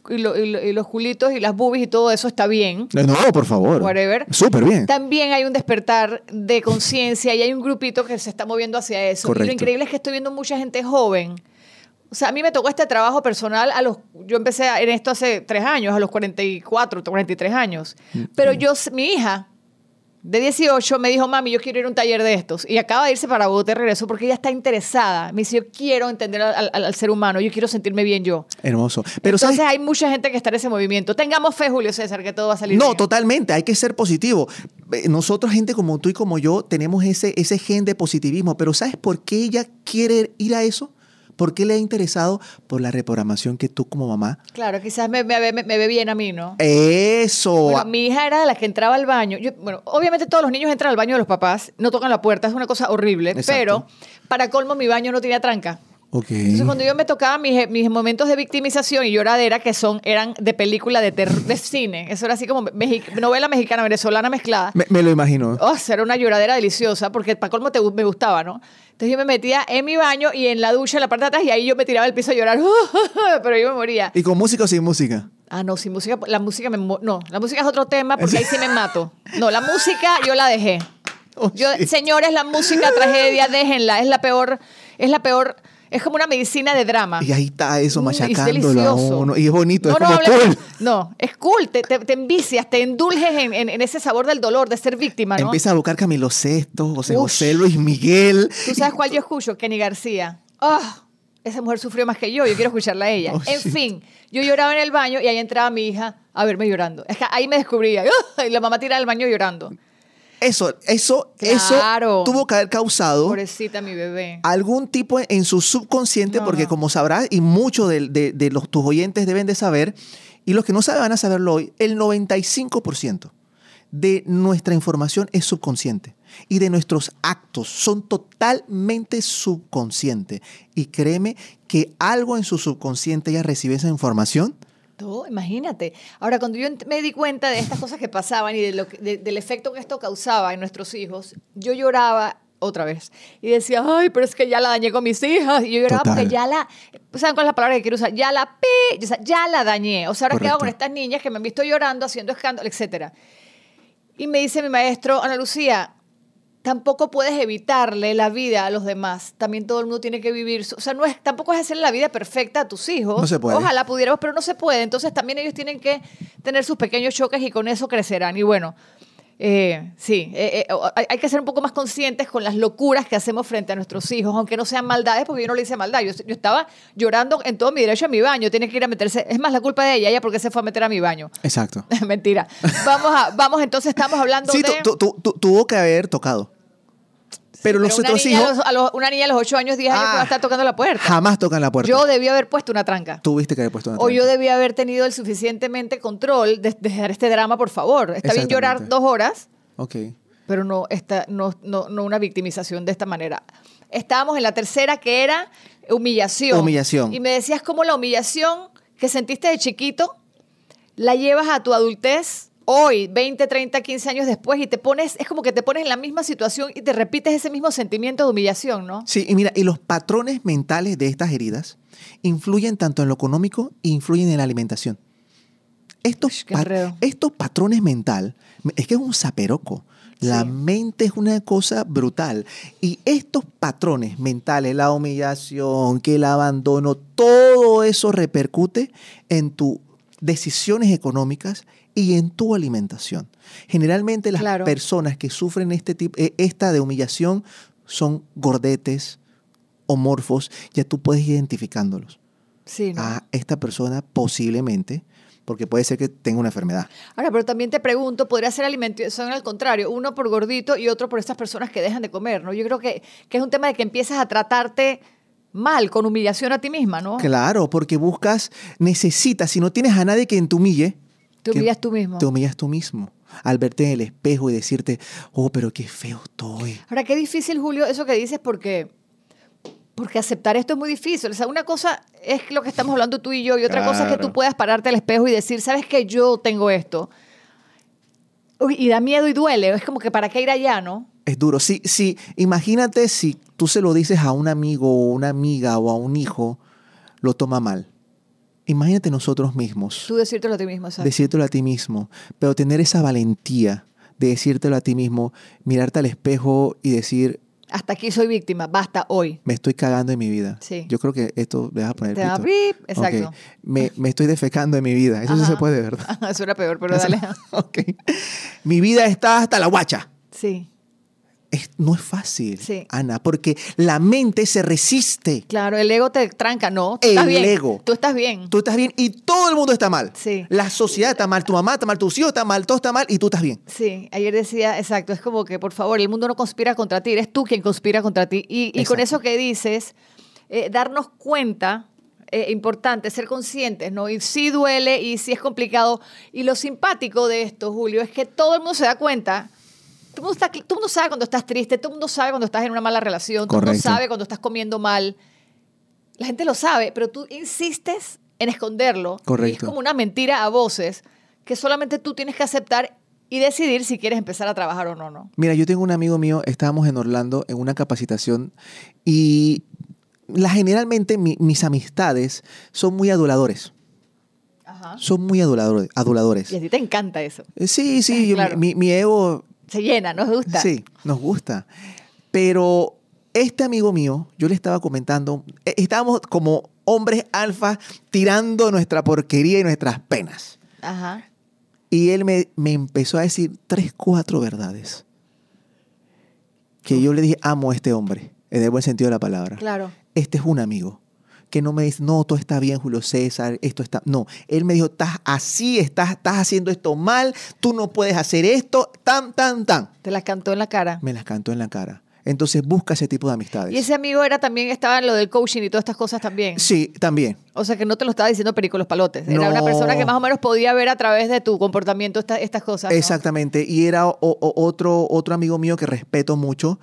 y los culitos y las boobies y todo eso está bien. No, por favor. Whatever. Súper bien. También hay un despertar de conciencia y hay un grupito que se está moviendo hacia eso. Correcto. Y lo increíble es que estoy viendo mucha gente joven. O sea, a mí me tocó este trabajo personal yo empecé en esto hace 3 años, a los 44, 43 años. Pero mi hija de 18 me dijo, mami, yo quiero ir a un taller de estos. Y acaba de irse para Bogotá y regresó porque ella está interesada. Me dice, yo quiero entender al ser humano, yo quiero sentirme bien yo. Hermoso. Pero entonces ¿sabes? hay mucha gente que está en ese movimiento. Tengamos fe, Julio César, que todo va a salir bien. No, totalmente. Hay que ser positivo. Nosotros, gente como tú y como yo, tenemos ese gen de positivismo. Pero ¿sabes por qué ella quiere ir a eso? ¿Por qué le ha interesado? Por la reprogramación que tú como mamá. Claro, quizás me ve bien a mí, ¿no? Eso. Bueno, mi hija era de la que entraba al baño. Bueno, obviamente todos los niños entran al baño de los papás, no tocan la puerta, es una cosa horrible. Exacto. Pero para colmo mi baño no tenía tranca. Okay. Entonces cuando yo me tocaba mis momentos de victimización y lloradera, que eran de película de cine, eso era así como novela mexicana, venezolana mezclada. Me lo imagino. Oh, era una lloradera deliciosa, porque para colmo me gustaba, ¿no? Entonces yo me metía en mi baño y en la ducha, en la parte de atrás, y ahí yo me tiraba al piso a llorar, pero yo me moría. ¿Y con música o sin música? Ah, no, sin música, la música la música es otro tema, porque ahí sí me mato. No, la música yo la dejé. Señores, la música tragedia, déjenla, es la peor, es como una medicina de drama. Y ahí está eso, Es machacándolo a delicioso. uno. Y es bonito, es No, como cool. No, es cool, te envicias, te indulges en ese sabor del dolor, de ser víctima, ¿no? Empieza a buscar Camilo Sesto, José, Luis Miguel. ¿Tú sabes cuál yo escucho? Kenny García. Esa mujer sufrió más que yo quiero escucharla a ella. En fin, yo lloraba en el baño y ahí entraba mi hija a verme llorando. Es que ahí me descubría. Y la mamá tiraba del baño llorando. Eso Claro. tuvo que haber causado Pobrecita mi bebé. algún tipo en su subconsciente, porque como sabrás, y muchos de tus oyentes deben de saber, y los que no saben van a saberlo hoy, el 95% de nuestra información es subconsciente y de nuestros actos son totalmente subconscientes. Y créeme que algo en su subconsciente ella recibe esa información. Todo, imagínate. Ahora, cuando yo me di cuenta de estas cosas que pasaban y del efecto que esto causaba en nuestros hijos, yo lloraba otra vez. Y decía, ay, pero es que ya la dañé con mis hijas. Y yo lloraba porque ¿saben cuál es la palabra que quiero usar? Ya la dañé. O sea, ahora quedo con estas niñas que me han visto llorando, haciendo escándalo, etcétera. Y me dice mi maestro, Ana Lucía, tampoco puedes evitarle la vida a los demás. También todo el mundo tiene que vivir. O sea, tampoco es hacerle la vida perfecta a tus hijos. No se puede. Ojalá pudiéramos, pero no se puede. Entonces también ellos tienen que tener sus pequeños choques y con eso crecerán. Y bueno, sí, hay que ser un poco más conscientes con las locuras que hacemos frente a nuestros hijos, aunque no sean maldades, porque yo no le hice maldad. Yo estaba llorando en todo mi derecho a mi baño. Tiene que ir a meterse. Es más la culpa de ella porque se fue a meter a mi baño. Exacto. Mentira. Vamos, entonces estamos hablando Sí, de... tuvo que haber tocado. Pero los otros hijos... Una niña a los 8 años, 10 años, que va a estar tocando la puerta. Jamás tocan la puerta. Yo debí haber puesto una tranca. Tuviste que haber puesto una tranca. O yo debí haber tenido el suficientemente control de dejar este drama, por favor. Está bien llorar 2 horas, pero no una victimización de esta manera. Estábamos en la tercera, que era humillación. Y me decías cómo la humillación que sentiste de chiquito la llevas a tu adultez hoy, 20, 30, 15 años después, y es como que te pones en la misma situación y te repites ese mismo sentimiento de humillación, ¿no? Sí, y mira, y los patrones mentales de estas heridas influyen tanto en lo económico e influyen en la alimentación. Estos patrones mentales, es que es un zaperoco. La mente es una cosa brutal. Y estos patrones mentales, la humillación, que el abandono, todo eso repercute en tus decisiones económicas y en tu alimentación. Generalmente las personas que sufren esta de humillación son gordetes o morfos. Ya tú puedes identificándolos. Sí, ¿no? Esta persona posiblemente, porque puede ser que tenga una enfermedad. Ahora, pero también te pregunto, podría ser alimentación al contrario, uno por gordito y otro por estas personas que dejan de comer, ¿no? Yo creo que es un tema de que empiezas a tratarte mal, con humillación a ti misma, ¿no? Claro, porque necesitas, si no tienes a nadie que te humille, te humillas tú mismo. Te humillas tú mismo. Al verte en el espejo y decirte, oh, pero qué feo estoy. Ahora, qué difícil, Julio, eso que dices, porque aceptar esto es muy difícil. O sea, una cosa es lo que estamos hablando tú y yo, y otra cosa es que tú puedas pararte al espejo y decir, ¿sabes qué? Yo tengo esto. Uy, y da miedo y duele. Es como que ¿para qué ir allá, no? Es duro. Sí, imagínate si tú se lo dices a un amigo o una amiga o a un hijo, lo toma mal. Imagínate nosotros mismos. Tú decírtelo a ti mismo, exacto. Decírtelo a ti mismo. Pero tener esa valentía de decírtelo a ti mismo, mirarte al espejo y decir, hasta aquí soy víctima, basta hoy. me estoy cagando en mi vida. Sí. Yo creo que esto le vas a poner Te va a pito. beep, exacto. Ok. Me estoy defecando en mi vida. Eso sí Ajá. se puede, ¿verdad? Eso era peor, pero dale. Ok. Mi vida está hasta la guacha. Sí, No es fácil, Sí. Ana, porque la mente se resiste. claro, el ego te tranca, no. Tú El estás bien. ego. Tú estás bien. Tú estás bien y todo el mundo está mal. Sí. La sociedad está mal, tu mamá está mal, tus hijos están mal, todo está mal y tú estás bien. Sí, ayer decía, exacto, es como que, por favor, el mundo no conspira contra ti, eres tú quien conspira contra ti. Y con Exacto. eso que dices, darnos cuenta, importante, ser conscientes, ¿no? Y sí duele y sí es complicado. Y lo simpático de esto, Julio, es que todo el mundo se da cuenta. Todo el mundo sabe cuando estás triste, todo el mundo sabe cuando estás en una mala relación, todo el mundo Correcto. sabe cuando estás comiendo mal. La gente lo sabe, pero tú insistes en esconderlo. Correcto. Y es como una mentira a voces que solamente tú tienes que aceptar y decidir si quieres empezar a trabajar o no. Mira, yo tengo un amigo mío, estábamos en Orlando en una capacitación y generalmente mis amistades son muy aduladores. Ajá. Son muy aduladores. Y a ti te encanta eso. Sí, Claro. mi ego, Se llena, nos gusta. sí, nos gusta. Pero este amigo mío, yo le estaba comentando, estábamos como hombres alfa tirando nuestra porquería y nuestras penas. Ajá. Y él me empezó a decir 3, 4 verdades. Que yo le dije, amo a este hombre, en el buen sentido de la palabra. Claro. Este es un amigo. Que no me dice, no, todo está bien, Julio César, esto está... No, él me dijo, estás así, estás haciendo esto mal, tú no puedes hacer esto, tan. Te las cantó en la cara. Me las cantó en la cara. Entonces busca ese tipo de amistades. Y ese amigo estaba en lo del coaching y todas estas cosas también. Sí, también. O sea, que no te lo estaba diciendo perico los palotes. Era No. una persona que más o menos podía ver a través de tu comportamiento estas cosas, ¿no? Exactamente. Y era otro amigo mío que respeto mucho,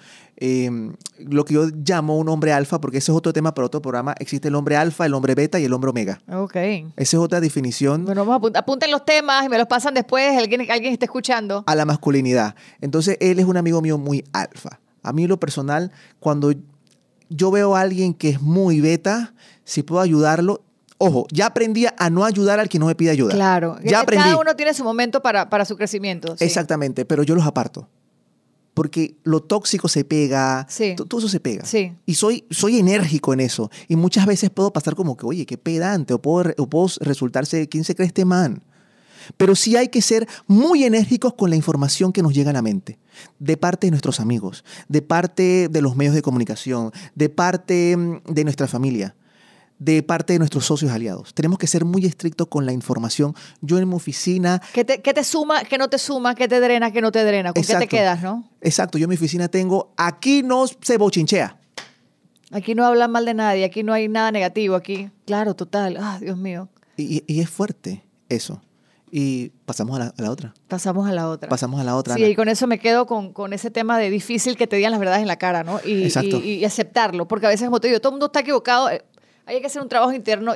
lo que yo llamo un hombre alfa, porque ese es otro tema para otro programa. Existe el hombre alfa, el hombre beta y el hombre omega. Ok. Esa es otra definición Bueno, vamos apunten los temas y me los pasan después. Alguien esté escuchando. a la masculinidad. Entonces, él es un amigo mío muy alfa. A mí, en lo personal, cuando yo veo a alguien que es muy beta, si puedo ayudarlo, ojo, ya aprendí a no ayudar al que no me pide ayuda. Claro. Ya aprendí. Cada uno tiene su momento para su crecimiento. Sí. Exactamente, pero yo los aparto. Porque lo tóxico se pega, Sí. todo eso se pega. Sí. Y soy enérgico en eso. Y muchas veces puedo pasar como que, oye, qué pedante, o puedo resultarse, ¿quién se cree este man? Pero sí hay que ser muy enérgicos con la información que nos llega a la mente. De parte de nuestros amigos, de parte de los medios de comunicación, de parte de nuestra familia, de parte de nuestros socios aliados. Tenemos que ser muy estrictos con la información. Yo en mi oficina... ¿Qué te suma, qué no te suma, qué te drena, qué no te drena? ¿Con qué te quedas, no? Exacto. Yo en mi oficina tengo, aquí no se bochinchea. Aquí no hablan mal de nadie, aquí no hay nada negativo, aquí... Claro, total. Ah, Dios mío. Y es fuerte eso. Y pasamos a la otra. Pasamos a la otra. Pasamos a la otra. Sí, Ana. y con eso me quedo con ese tema de difícil que te digan las verdades en la cara, ¿no? Exacto. Y aceptarlo, porque a veces, como te digo, todo el mundo está equivocado. Hay que hacer un trabajo interno.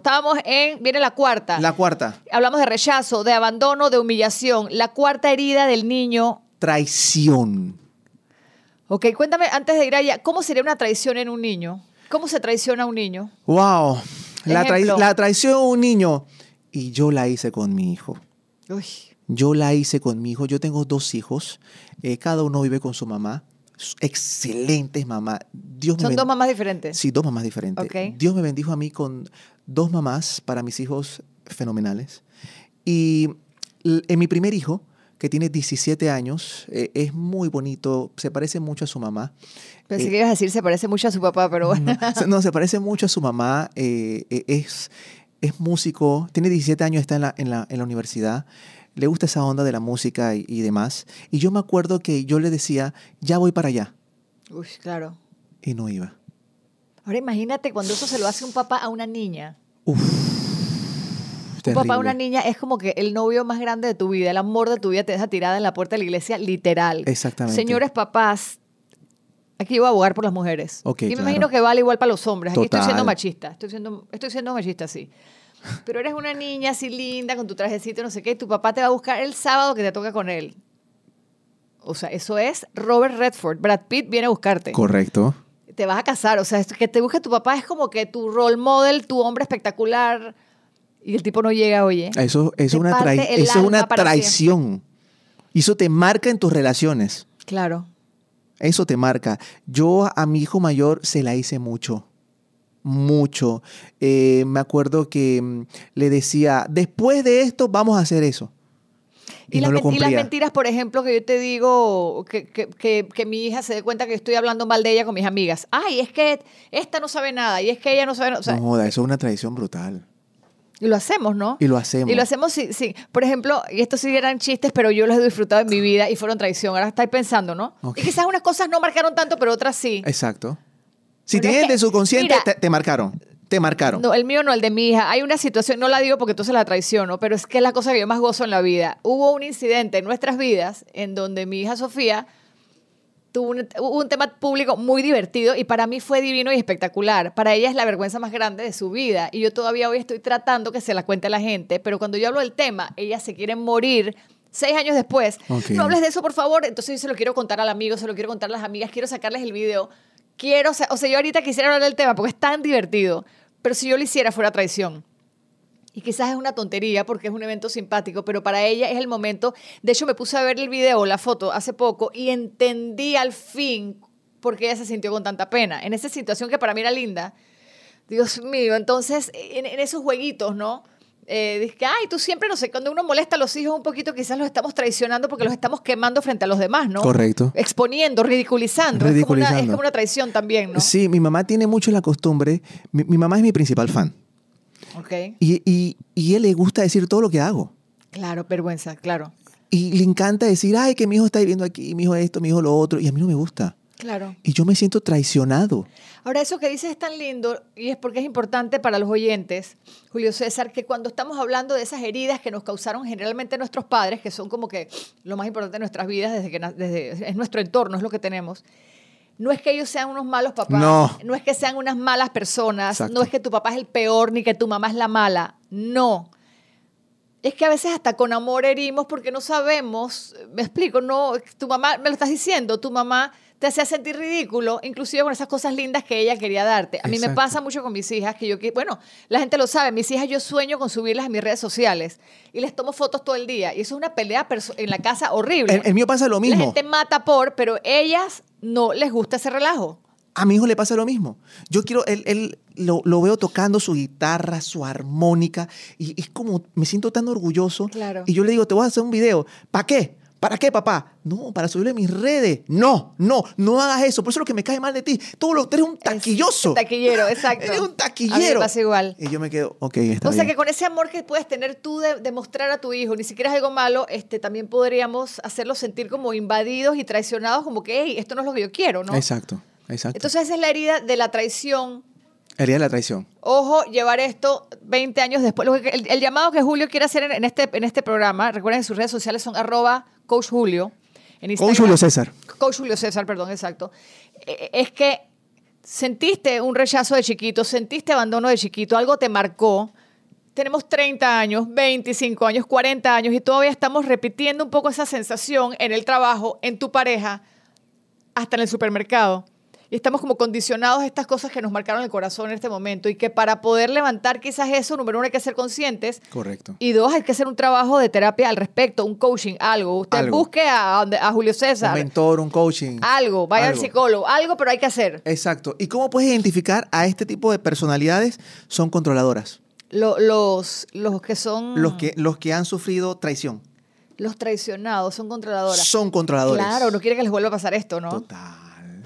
Viene la cuarta. La cuarta, Hablamos de rechazo, de abandono, de humillación. La cuarta herida del niño. traición. Ok, cuéntame, antes de ir allá, ¿cómo sería una traición en un niño? ¿Cómo se traiciona a un niño? Wow. Ejemplo. La traición de un niño. Y yo la hice con mi hijo. Uy, Yo la hice con mi hijo. Yo tengo 2 hijos. Cada uno vive con su mamá. Excelentes mamás. son 2 mamás diferentes. Sí, 2 mamás diferentes. Ok. Dios me bendijo a mí con 2 mamás para mis hijos fenomenales. Y en mi primer hijo, que tiene 17 años, es muy bonito, se parece mucho a su mamá. Pensé que ibas a decir se parece mucho a su papá, pero bueno. No, se parece mucho a su mamá. Es músico, tiene 17 años, está en la universidad. Le gusta esa onda de la música y demás. Y yo me acuerdo que yo le decía, ya voy para allá. Uy, claro. Y no iba. Ahora imagínate cuando eso se lo hace un papá a una niña. Uf, Un terrible. papá a una niña es como que el novio más grande de tu vida, el amor de tu vida te deja tirada en la puerta de la iglesia, literal. Exactamente. Señores papás, aquí voy a abogar por las mujeres. Ok, y me claro. imagino que vale igual para los hombres. Aquí estoy Total. siendo machista. Estoy siendo machista, sí. Pero eres una niña así linda, con tu trajecito, no sé qué, y tu papá te va a buscar el sábado que te toca con él. O sea, eso es Robert Redford. Brad Pitt viene a buscarte. Correcto. Te vas a casar. O sea, que te busque tu papá es como que tu role model, tu hombre espectacular. y el tipo no llega, oye. Eso es te una, parte el eso es una alma para traición. Y eso te marca en tus relaciones. Claro. Eso te marca. Yo a mi hijo mayor se la hice mucho. Mucho. Me acuerdo que le decía, después de esto vamos a hacer eso. Y no lo y las cumplía. mentiras, por ejemplo, que yo te digo, que mi hija se dé cuenta que estoy hablando mal de ella con mis amigas. Ay, es que esta no sabe nada, y es que ella no sabe nada. O sea, No joda, eso es una traición brutal. y lo hacemos, ¿no? Y lo hacemos. Y lo hacemos, sí, sí. Por ejemplo, y estos sí eran chistes, pero yo los he disfrutado en mi vida y fueron traición. Ahora estáis pensando, ¿no? Ok. Y quizás unas cosas no marcaron tanto, pero otras sí. Exacto. Si Porque es tienes que, de subconsciente, mira, te marcaron. Te marcaron. No, el mío no, el de mi hija. Hay una situación, no la digo porque entonces la traiciono, pero es que es la cosa que yo más gozo en la vida. Hubo un incidente en nuestras vidas en donde mi hija Sofía hubo un tema público muy divertido y para mí fue divino y espectacular. Para ella es la vergüenza más grande de su vida y yo todavía hoy estoy tratando que se la cuente a la gente, pero cuando yo hablo del tema, ella se quiere morir 6 años después. Ok. No hables de eso, por favor. Entonces yo se lo quiero contar al amigo, se lo quiero contar a las amigas, quiero sacarles el video. O sea, yo ahorita quisiera hablar del tema porque es tan divertido, pero si yo lo hiciera fuera traición. Y quizás es una tontería porque es un evento simpático, pero para ella es el momento. De hecho, me puse a ver el video, la foto, hace poco y entendí al fin por qué ella se sintió con tanta pena. En esa situación que para mí era linda. Dios mío, entonces, en esos jueguitos, ¿no? Dije, ay, tú siempre, no sé, cuando uno molesta a los hijos un poquito, quizás los estamos traicionando porque los estamos quemando frente a los demás, ¿no? Correcto. Exponiendo, ridiculizando. Ridiculizando. Es como una traición también, ¿no? Sí, mi mamá tiene mucho la costumbre. Mi mamá es mi principal fan. Ok. Y a él le gusta decir todo lo que hago. Claro, vergüenza, claro. Y le encanta decir, ay, que mi hijo está viviendo aquí, mi hijo esto, mi hijo lo otro. Y a mí no me gusta. Claro. Y yo me siento traicionado. Ahora, eso que dices es tan lindo y es porque es importante para los oyentes, Julio César, que cuando estamos hablando de esas heridas que nos causaron generalmente nuestros padres, que son como que lo más importante de nuestras vidas, es nuestro entorno, es lo que tenemos. No es que ellos sean unos malos papás, no es que sean unas malas personas, Exacto. no es que tu papá es el peor ni que tu mamá es la mala, no. Es que a veces hasta con amor herimos porque no sabemos, me explico, no, tu mamá, me lo estás diciendo, tu mamá te hacía sentir ridículo, inclusive con esas cosas lindas que ella quería darte. A mí me Exacto. pasa mucho con mis hijas, bueno, la gente lo sabe, mis hijas yo sueño con subirlas a mis redes sociales y les tomo fotos todo el día y eso es una pelea en la casa horrible. El mío pasa lo La mismo. gente mata pero ellas no les gusta ese relajo. A mi hijo le pasa lo mismo. Yo quiero, él lo veo tocando su guitarra, su armónica, y es como, me siento tan orgulloso. Claro. Y yo le digo, te voy a hacer un video. ¿Para qué? ¿Para qué, papá? No, para subirlo en mis redes. No hagas eso. Por eso es lo que me cae mal de ti. Tú eres un taquilloso. Es taquillero, exacto. Eres un taquillero. A mí me pasa igual. Y yo me quedo, ok, está O sea bien. que con ese amor que puedes tener tú de mostrar a tu hijo, ni siquiera es algo malo, también podríamos hacerlos sentir como invadidos y traicionados, como que, hey, esto no es lo que yo quiero, ¿no? Exacto. Entonces esa es la herida de la traición. Herida de la traición. Ojo, llevar esto 20 años después. El llamado que Julio quiere hacer en este programa, recuerden que sus redes sociales son @CoachJulio. En Instagram. Coach Julio César. Coach Julio César, perdón, exacto. Es que sentiste un rechazo de chiquito, sentiste abandono de chiquito, algo te marcó. Tenemos 30 años, 25 años, 40 años y todavía estamos repitiendo un poco esa sensación en el trabajo, en tu pareja, hasta en el supermercado. Y estamos como condicionados a estas cosas que nos marcaron el corazón en este momento y que para poder levantar quizás eso, número 1, hay que ser conscientes. Correcto. Y 2, hay que hacer un trabajo de terapia al respecto, un coaching, algo. Usted busque a Julio César. Un mentor, un coaching. Algo, vaya al psicólogo, algo, pero hay que hacer. Exacto. ¿Y cómo puedes identificar a este tipo de personalidades? Son controladoras. Los que son... Los que han sufrido traición. Los traicionados son controladoras. Son controladores. Claro, no quiere que les vuelva a pasar esto, ¿no? Total.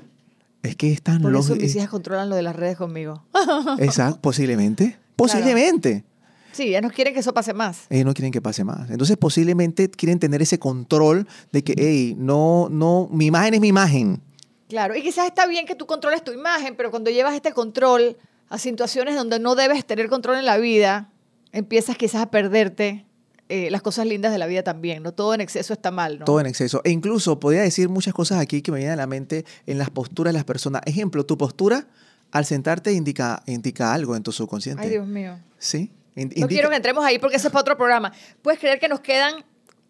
Es que es tan Por eso lógico. mis hijas controlan lo de las redes conmigo. Exacto. Posiblemente. Posiblemente. Sí, ellas no quieren que eso pase más. Ellos no quieren que pase más. Entonces, posiblemente quieren tener ese control de que, hey, no, mi imagen es mi imagen. Claro, y quizás está bien que tú controles tu imagen, pero cuando llevas este control a situaciones donde no debes tener control en la vida, empiezas quizás a perderte las cosas lindas de la vida también, ¿no? Todo en exceso está mal, ¿no? Todo en exceso. E incluso podría decir muchas cosas aquí que me vienen a la mente en las posturas de las personas. Ejemplo, tu postura al sentarte indica algo en tu subconsciente. Ay, Dios mío. ¿Sí? No quiero que entremos ahí porque ese es para otro programa. ¿Puedes creer que nos quedan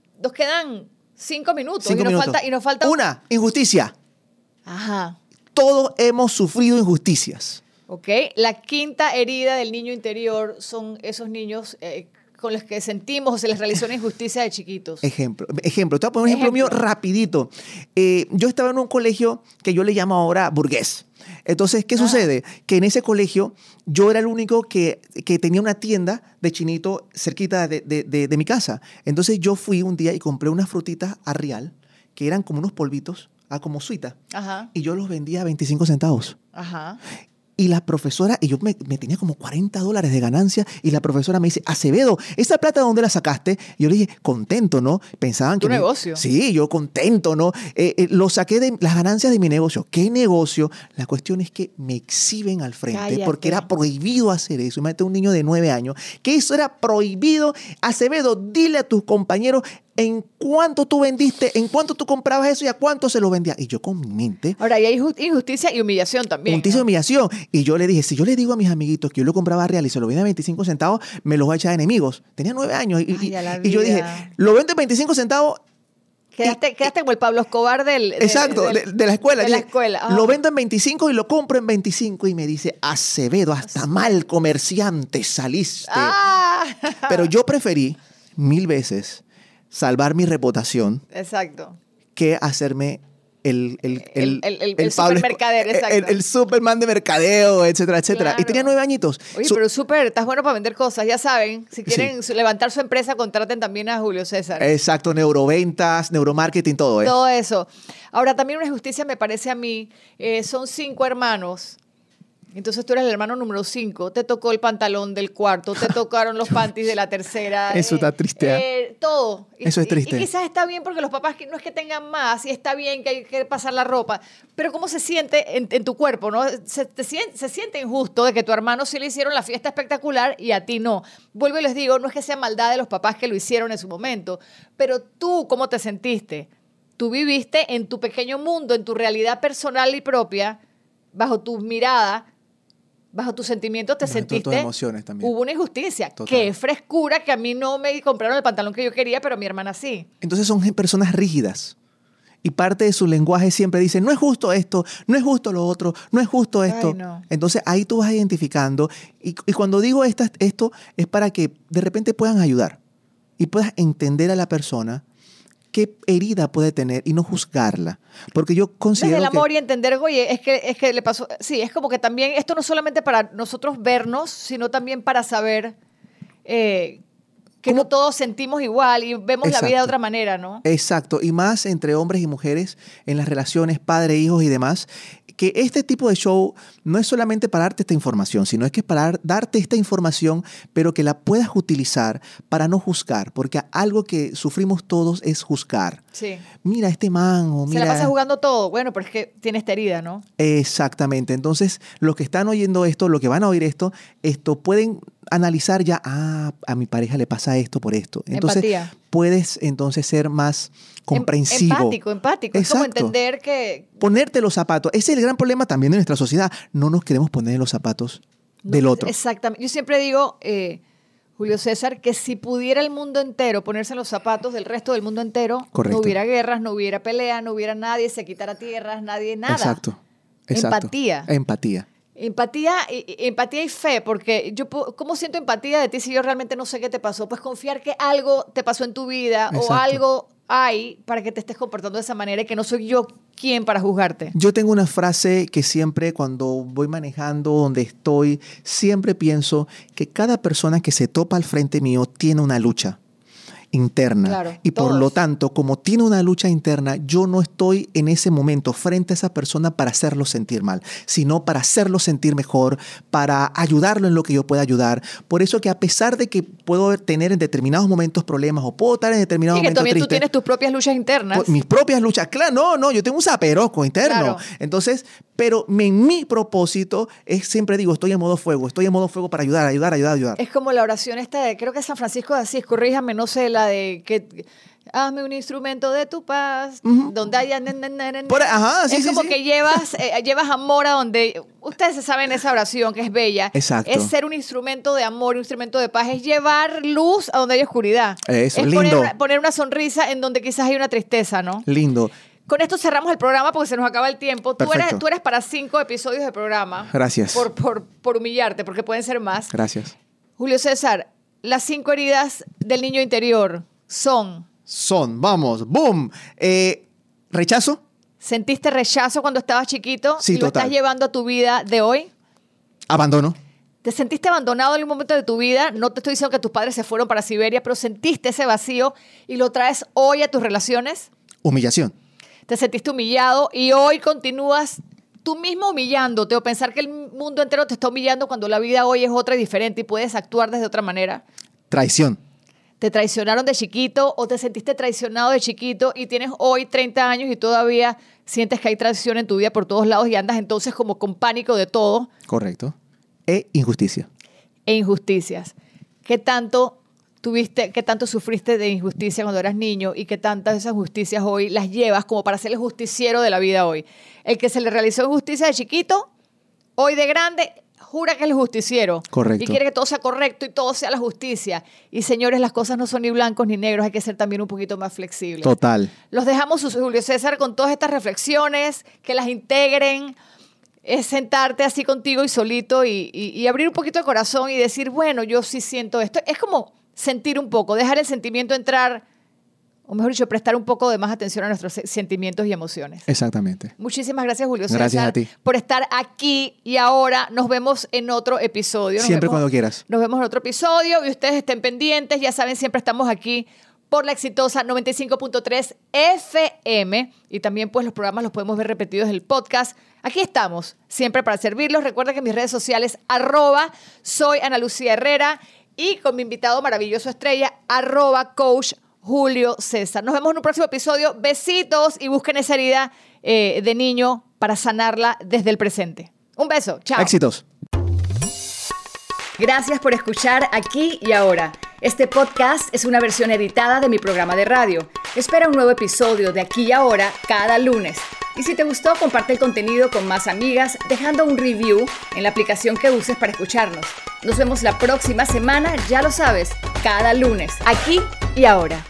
5 minutos? 5 minutos. Y nos falta... Una, injusticia. Ajá. Todos hemos sufrido injusticias. ¿Ok? La quinta herida del niño interior son esos niños con los que sentimos o se les realizó una injusticia de chiquitos. Ejemplo. Te voy a poner un ejemplo mío rapidito. Yo estaba en un colegio que yo le llamo ahora burgués. Entonces, ¿qué sucede? Que en ese colegio yo era el único que tenía una tienda de chinito cerquita de mi casa. Entonces yo fui un día y compré unas frutitas a Real, que eran como unos polvitos, como suita. Ajá. Y yo los vendía a 25 centavos. Ajá. Y la profesora, y yo me tenía como $40 de ganancia, y la profesora me dice, Acevedo, ¿esa plata de dónde la sacaste? Y yo le dije, contento, ¿no? Pensaban ¿Tu que... negocio? Sí, yo contento, ¿no? Lo saqué de las ganancias de mi negocio. ¿Qué negocio? La cuestión es que me exhiben al frente. Cállate. Porque era prohibido hacer eso. Imagínate un niño de 9 años, que eso era prohibido. Acevedo, dile a tus compañeros en cuánto tú vendiste, en cuánto tú comprabas eso y a cuánto se lo vendías. Y yo con mi mente... Ahora, y hay injusticia y humillación también. Injusticia y ¿no? humillación. Y yo le dije, si yo le digo a mis amiguitos que yo lo compraba real y se lo vendía a 25 centavos, me los voy a echar de enemigos. Tenía 9 años. Y yo dije, lo vendo en 25 centavos. Quedaste como el Pablo Escobar de la escuela. De la escuela. Lo vendo en 25 y lo compro en 25. Y me dice, Acevedo, hasta mal comerciante saliste. Pero yo preferí 1000 veces salvar mi reputación. Exacto. Que hacerme el supermercader, exacto. El Superman de mercadeo, etcétera, etcétera. Claro. Y tenía 9 añitos. Oye, pero estás bueno para vender cosas, ya saben. Si quieren levantar su empresa, contraten también a Julio César. Exacto, neuroventas, neuromarketing, todo. Todo eso. Ahora, también una injusticia me parece a mí, son 5 hermanos. Entonces tú eres el hermano número 5, te tocó el pantalón del cuarto, te tocaron los panties de la tercera. Eso está triste. Todo. Eso es triste. Y quizás está bien porque los papás no es que tengan más y está bien que hay que pasar la ropa, pero ¿cómo se siente en tu cuerpo? ¿No? Se siente injusto de que tu hermano sí le hicieron la fiesta espectacular y a ti no. Vuelvo y les digo, no es que sea maldad de los papás que lo hicieron en su momento, pero tú, ¿cómo te sentiste? Tú viviste en tu pequeño mundo, en tu realidad personal y propia, bajo tu mirada, bajo tus sentimientos te sentiste. Tus emociones también. Hubo una injusticia. Total. Qué frescura que a mí no me compraron el pantalón que yo quería, pero a mi hermana sí. Entonces son personas rígidas. Y parte de su lenguaje siempre dice, no es justo esto, no es justo lo otro, no es justo esto. Ay, no. Entonces ahí tú vas identificando. Y cuando digo esto es para que de repente puedan ayudar. Y puedas entender a la persona qué herida puede tener y no juzgarla. Porque yo considero desde el amor y entender, oye, es que le pasó... Sí, es como que también, esto no solamente para nosotros vernos, sino también para saber que no todos sentimos igual y vemos la vida de otra manera, ¿no? Exacto. Y más entre hombres y mujeres, en las relaciones padre, hijos y demás, que este tipo de show no es solamente para darte esta información, sino es que es para darte esta información, pero que la puedas utilizar para no juzgar, porque algo que sufrimos todos es juzgar. Sí. Mira este man o mira... Se la pasa jugando todo. Bueno, pero es que tiene esta herida, ¿no? Exactamente. Entonces, los que están oyendo esto, los que van a oír esto pueden analizar ya, a mi pareja le pasa esto por esto. Entonces, empatía. Puedes entonces ser más comprensivo. Empático. Exacto. Es como entender que... Ponerte los zapatos. Ese es el gran problema también de nuestra sociedad. No nos queremos poner en los zapatos del otro. Exactamente. Yo siempre digo, Julio César, que si pudiera el mundo entero ponerse en los zapatos del resto del mundo entero, correcto, no hubiera guerras, no hubiera pelea, no hubiera nadie, se quitara tierras, nadie, nada. Exacto. Empatía. Empatía y fe, porque ¿cómo siento empatía de ti si yo realmente no sé qué te pasó? Pues confiar que algo te pasó en tu vida. Exacto. O algo hay para que te estés comportando de esa manera y que no soy yo quien para juzgarte. Yo tengo una frase que siempre cuando voy manejando donde estoy, siempre pienso que cada persona que se topa al frente mío tiene una lucha interna. Claro, y por todos. lo tanto, como tiene una lucha interna, yo no estoy en ese momento frente a esa persona para hacerlo sentir mal, sino para hacerlo sentir mejor, para ayudarlo en lo que yo pueda ayudar. Por eso que a pesar de que puedo tener en determinados momentos problemas o puedo estar en determinados momentos tristes. Y que también tú tienes tus propias luchas internas. Mis propias luchas. Claro, no, yo tengo un zaperoco interno. Claro. Entonces, pero en mi propósito es, siempre digo, estoy en modo fuego para ayudar. Es como la oración esta de, creo que es San Francisco de Asís, corríjame, no sé, la de que hazme un instrumento de tu paz, donde haya... es como que llevas amor a donde... Ustedes se saben esa oración que es bella. Exacto. Es ser un instrumento de amor, un instrumento de paz, es llevar luz a donde hay oscuridad. Eso, es lindo. poner una sonrisa en donde quizás hay una tristeza, ¿no? Lindo. Con esto cerramos el programa porque se nos acaba el tiempo. Tú Perfecto. eres para 5 episodios de programa. Gracias. Por humillarte, porque pueden ser más. Gracias. Julio César, las 5 heridas del niño interior son... Vamos, boom. ¿Rechazo? ¿Sentiste rechazo cuando estabas chiquito? Sí, ¿Y lo total. estás llevando a tu vida de hoy? Abandono. ¿Te sentiste abandonado en un momento de tu vida? No te estoy diciendo que tus padres se fueron para Siberia, pero sentiste ese vacío y lo traes hoy a tus relaciones. Humillación. Te sentiste humillado y hoy continúas tú mismo humillándote o pensar que el mundo entero te está humillando cuando la vida hoy es otra y diferente y puedes actuar desde otra manera. Traición. ¿Te traicionaron de chiquito o te sentiste traicionado de chiquito y tienes hoy 30 años y todavía sientes que hay traición en tu vida por todos lados y andas entonces como con pánico de todo? Correcto. Injusticia. E injusticias. ¿Qué tanto sufriste de injusticia cuando eras niño y qué tantas de esas justicias hoy las llevas como para ser el justiciero de la vida hoy? El que se le realizó injusticia de chiquito, hoy de grande, jura que es el justiciero. Correcto. Y quiere que todo sea correcto y todo sea la justicia. Y señores, las cosas no son ni blancos ni negros, hay que ser también un poquito más flexibles. Total. Los dejamos, Julio César, con todas estas reflexiones, que las integren. Es sentarte así contigo y solito y abrir un poquito el corazón y decir, bueno, yo sí siento esto. Es como sentir un poco, dejar el sentimiento entrar, o mejor dicho, prestar un poco de más atención a nuestros sentimientos y emociones. Exactamente. Muchísimas gracias, Julio César. Gracias a ti. Por estar aquí y ahora nos vemos en otro episodio. Siempre cuando quieras. Nos vemos en otro episodio y ustedes estén pendientes. Ya saben, siempre estamos aquí por la exitosa 95.3 FM y también pues los programas los podemos ver repetidos en el podcast. Aquí estamos, siempre para servirlos. Recuerda que mis redes sociales, @soy Ana Lucía Herrera y con mi invitado maravilloso estrella, @coach Julio César. Nos vemos en un próximo episodio. Besitos y busquen esa herida de niño para sanarla desde el presente. Un beso, chao. Éxitos. Gracias por escuchar Aquí y Ahora. Este podcast es una versión editada de mi programa de radio. Espera un nuevo episodio de Aquí y Ahora cada lunes. Y si te gustó, comparte el contenido con más amigas dejando un review en la aplicación que uses para escucharnos. Nos vemos la próxima semana, ya lo sabes, cada lunes, Aquí y Ahora.